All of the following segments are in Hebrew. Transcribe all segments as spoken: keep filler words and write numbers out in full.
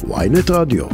וויינט רדיו.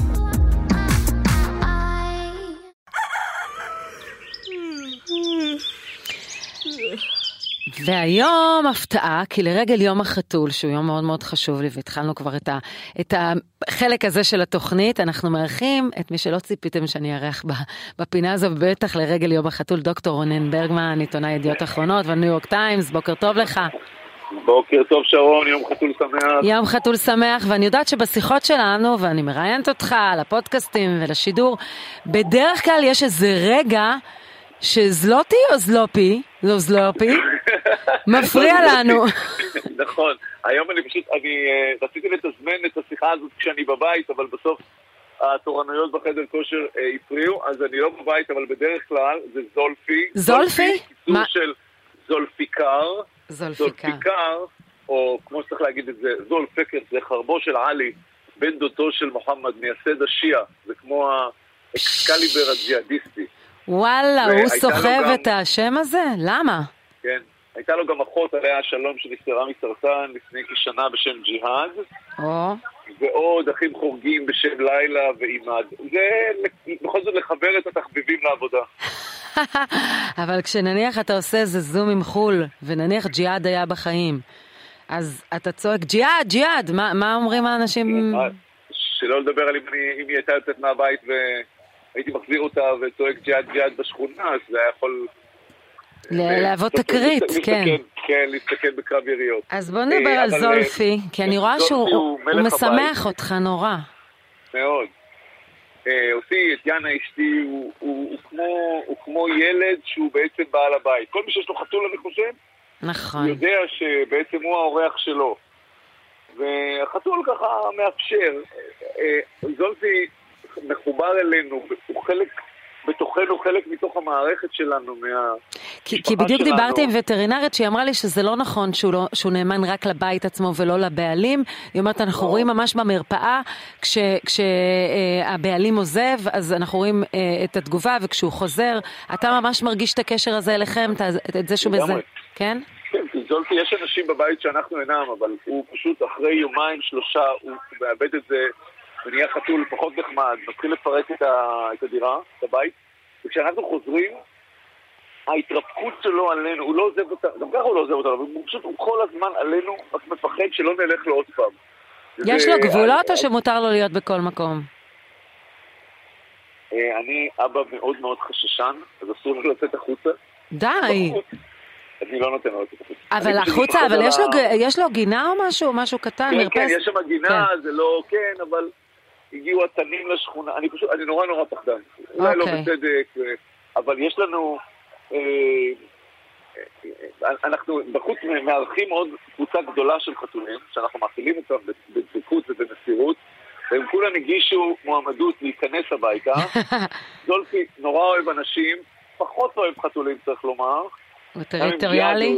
והיום הפתעה, כי לרגל יום החתול, שהוא יום מאוד מאוד חשוב לי, והתחלנו כבר את, ה, את החלק הזה של התוכנית, אנחנו מארחים את מי שלא ציפיתם שאני אארח בפינה הזו, בטח לרגל יום החתול, דוקטור רונן ברגמן, עיתונאי ידיעות אחרונות, והניו יורק טיימס, בוקר טוב לך. בוקר טוב שרון, יום חתול שמח. יום חתול שמח, ואני יודעת שבשיחות שלנו, ואני מראיינת אותך לפודקאסטים ולשידור, בדרך כלל יש איזה רגע שזלוטי או זלופי, לא זלופי, מפריע לנו. נכון, היום אני פשוט, אני רציתי לתזמן את השיחה הזאת כשאני בבית, אבל בסוף התורנויות בחדר כושר הפריעו, אז אני לא בבית, אבל בדרך כלל זה זולפי. זולפי? קיצור של זולפיקר. זולפיקר. או כמו שצריך להגיד את זה, זולפקר, זה חרבו של עלי, בן דותו של מוחמד, מייסד השיעה, זה כמו האקסקליבר הג'יהאדיסטי. וואלה, הוא סוחב את השם הזה? למה? כן, הייתה לו גם אחות עליה השלום שנפטרה מסרטן לפני כשנה בשם ג'יהאד, או. ועוד אחים חורגים בשם לילה ואימד. זה בכל זאת לחבר את התחביבים לעבודה. אבל כשנניח אתה עושה איזה זום עם חול, ונניח ג'יהאד היה בחיים, אז אתה צועק ג'יהאד, ג'יהאד, מה, מה אומרים האנשים? שלא לדבר על אם, אני, אם היא הייתה יוצאת מהבית והייתי מחזיר אותה וצועק ג'יהאד ג'יהאד בשכונה, אז זה היה יכול להוות תקרית, כן. כן, להסתכל בקרב יריות. אז בוא נדבר על זולפי, כי אני רואה שהוא משמח אותך נורא. מאוד. אותי, את יאנה אשתי, הוא כמו ילד שהוא בעצם בעל הבית. כל מי שיש לו חתול, אני חושב, נכון. הוא יודע שבעצם הוא האורח שלו. והחתול ככה מאפשר. זולפי מחובר אלינו, הוא חלק בתוכנו, חלק מתוך המערכת שלנו, מה... כי, כי בדיוק שלנו. דיברתי עם וטרינרית שהיא אמרה לי שזה לא נכון שהוא, לא, שהוא נאמן רק לבית עצמו ולא לבעלים. היא אומרת, אנחנו לא. רואים ממש במרפאה, כש, כשהבעלים עוזב, אז אנחנו רואים את התגובה, וכשהוא חוזר, אתה ממש מרגיש את הקשר הזה אליכם, את, את זה שהוא בזה, כן? כן, כי זולפי, יש אנשים בבית שאנחנו אינם, אבל הוא פשוט אחרי יומיים, שלושה, הוא מאבד את זה, ונהיה חתול פחות נחמד, מתחיל לפרק את, ה, את הדירה, את הבית, וכשאנחנו חוזרים, ההתרפקות שלו עלינו, הוא לא עוזב אותה, גם ככה הוא לא עוזב אותה, אבל הוא פשוט, הוא כל הזמן עלינו, רק מפחד שלא נלך לו עוד פעם. יש לו גבולות או שמותר לו להיות בכל מקום? אני אבא מאוד מאוד חששן, אז אסור לו לצאת החוצה. די! אני לא נותן לו לצאת החוצה. אבל החוצה, אבל יש לו גינה או משהו? משהו קטן, מרפס? כן, יש שם גינה, זה לא, כן, אבל... הגיעו התנים לשכונה, אני פשוט, אני נורא נורא פחדן. אולי לא בצדק, אבל יש לנו, אנחנו בחוץ מארחים עוד קבוצה גדולה של חתולים, שאנחנו מאכילים אותם בדבקות ובמסירות, והם כולם הגישו מועמדות להיכנס הביתה. זולפי נורא אוהב אנשים, פחות אוהב חתולים צריך לומר. הוא טריטוריאלי?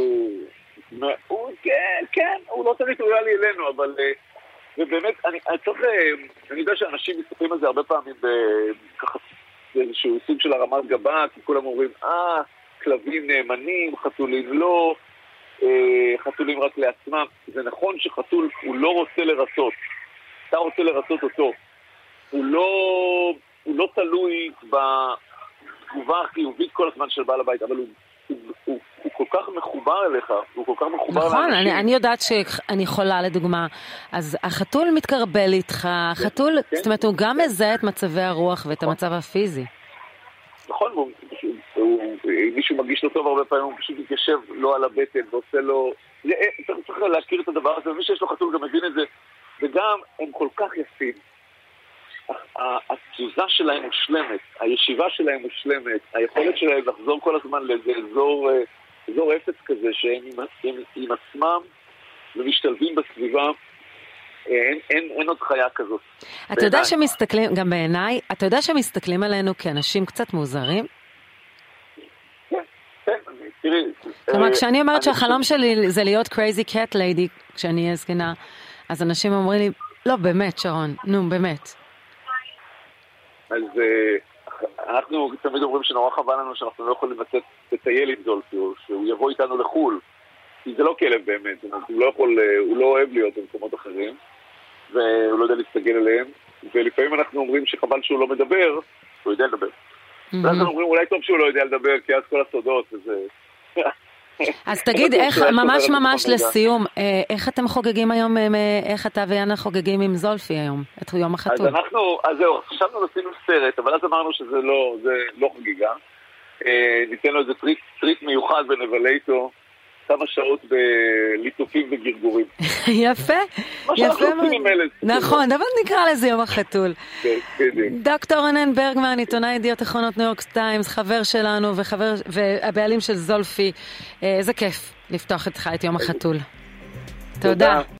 כן, כן, הוא לא טריטוריאלי אלינו, אבל... ובאמת, אני, אני צריך, אני יודע שאנשים מסתכלים על זה הרבה פעמים בככה, באיזשהו סוג של הרמת גבה, כי כולם אומרים, אה, כלבים נאמנים, חתולים לא, אה, חתולים רק לעצמם. זה נכון שחתול הוא לא רוצה לרצות, אתה רוצה לרצות אותו. הוא לא, הוא לא תלוי בתגובה החיובית כל הזמן של בעל הבית, אבל הוא, הוא, הוא, הוא כל כך מחובר אליך, הוא כל כך מחובר לאנשים. נכון, אני, אני יודעת שאני חולה לדוגמה, אז החתול מתקרבל איתך, החתול, כן, זאת אומרת, הוא גם כן. מזהה את מצבי הרוח ואת המצב הפיזי. נכון, הוא, הוא, מישהו מגיש לו טוב הרבה פעמים, הוא פשוט מתיישב לו על הבטן ועושה לו... צריך, צריך להכיר את הדבר הזה, ומי שיש לו חתול גם מבין את זה, וגם הם כל כך יפים. התזוזה שלהם מושלמת, הישיבה שלהם מושלמת, היכולת שלהם לחזור כל הזמן לאיזה אזור, אזור אפס כזה, שהם עם, עם, עם עצמם ומשתלבים בסביבה, אין, אין, אין עוד חיה כזאת. אתה יודע שמסתכלים, גם בעיניי, אתה יודע שמסתכלים עלינו כאנשים קצת מוזרים? כן, כן, תראי. כלומר, כשאני אומרת שהחלום שלי זה להיות crazy cat lady, כשאני אהיה זקנה, אז אנשים אומרים לי, לא, באמת, שרון, נו, באמת. אז אנחנו תמיד אומרים שנורא חבל לנו שאנחנו לא יכולים לצאת לטייל עם זולפי, או שהוא יבוא איתנו לחול, כי זה לא כלב באמת, הוא לא יכול, הוא לא אוהב להיות במקומות אחרים, והוא לא יודע להסתגל אליהם, ולפעמים אנחנו אומרים שחבל שהוא לא מדבר, הוא יודע לדבר. ואז אנחנו אומרים, אולי טוב שהוא לא יודע לדבר, כי אז כל הסודות, וזה... אז תגיד, איך, ממש ממש לסיום, איך אתם חוגגים היום, איך אתה ויאנה חוגגים עם זולפי היום, את יום החתול? אז אנחנו, אז זהו, חשבנו לשים סרט, אבל אז אמרנו שזה לא, זה לא חגיגה. ניתן לו איזה טריק מיוחד ונבלה איתו כמה שעות בליטופים וגרגורים. יפה, יפה מאוד. נכון, אבל נקרא לזה יום החתול. דוקטור רונן ברגמן, עיתונאי ידיעות אחרונות ניו יורק טיימס, חבר שלנו והבעלים של זולפי. איזה כיף לפתוח איתך את יום החתול. תודה.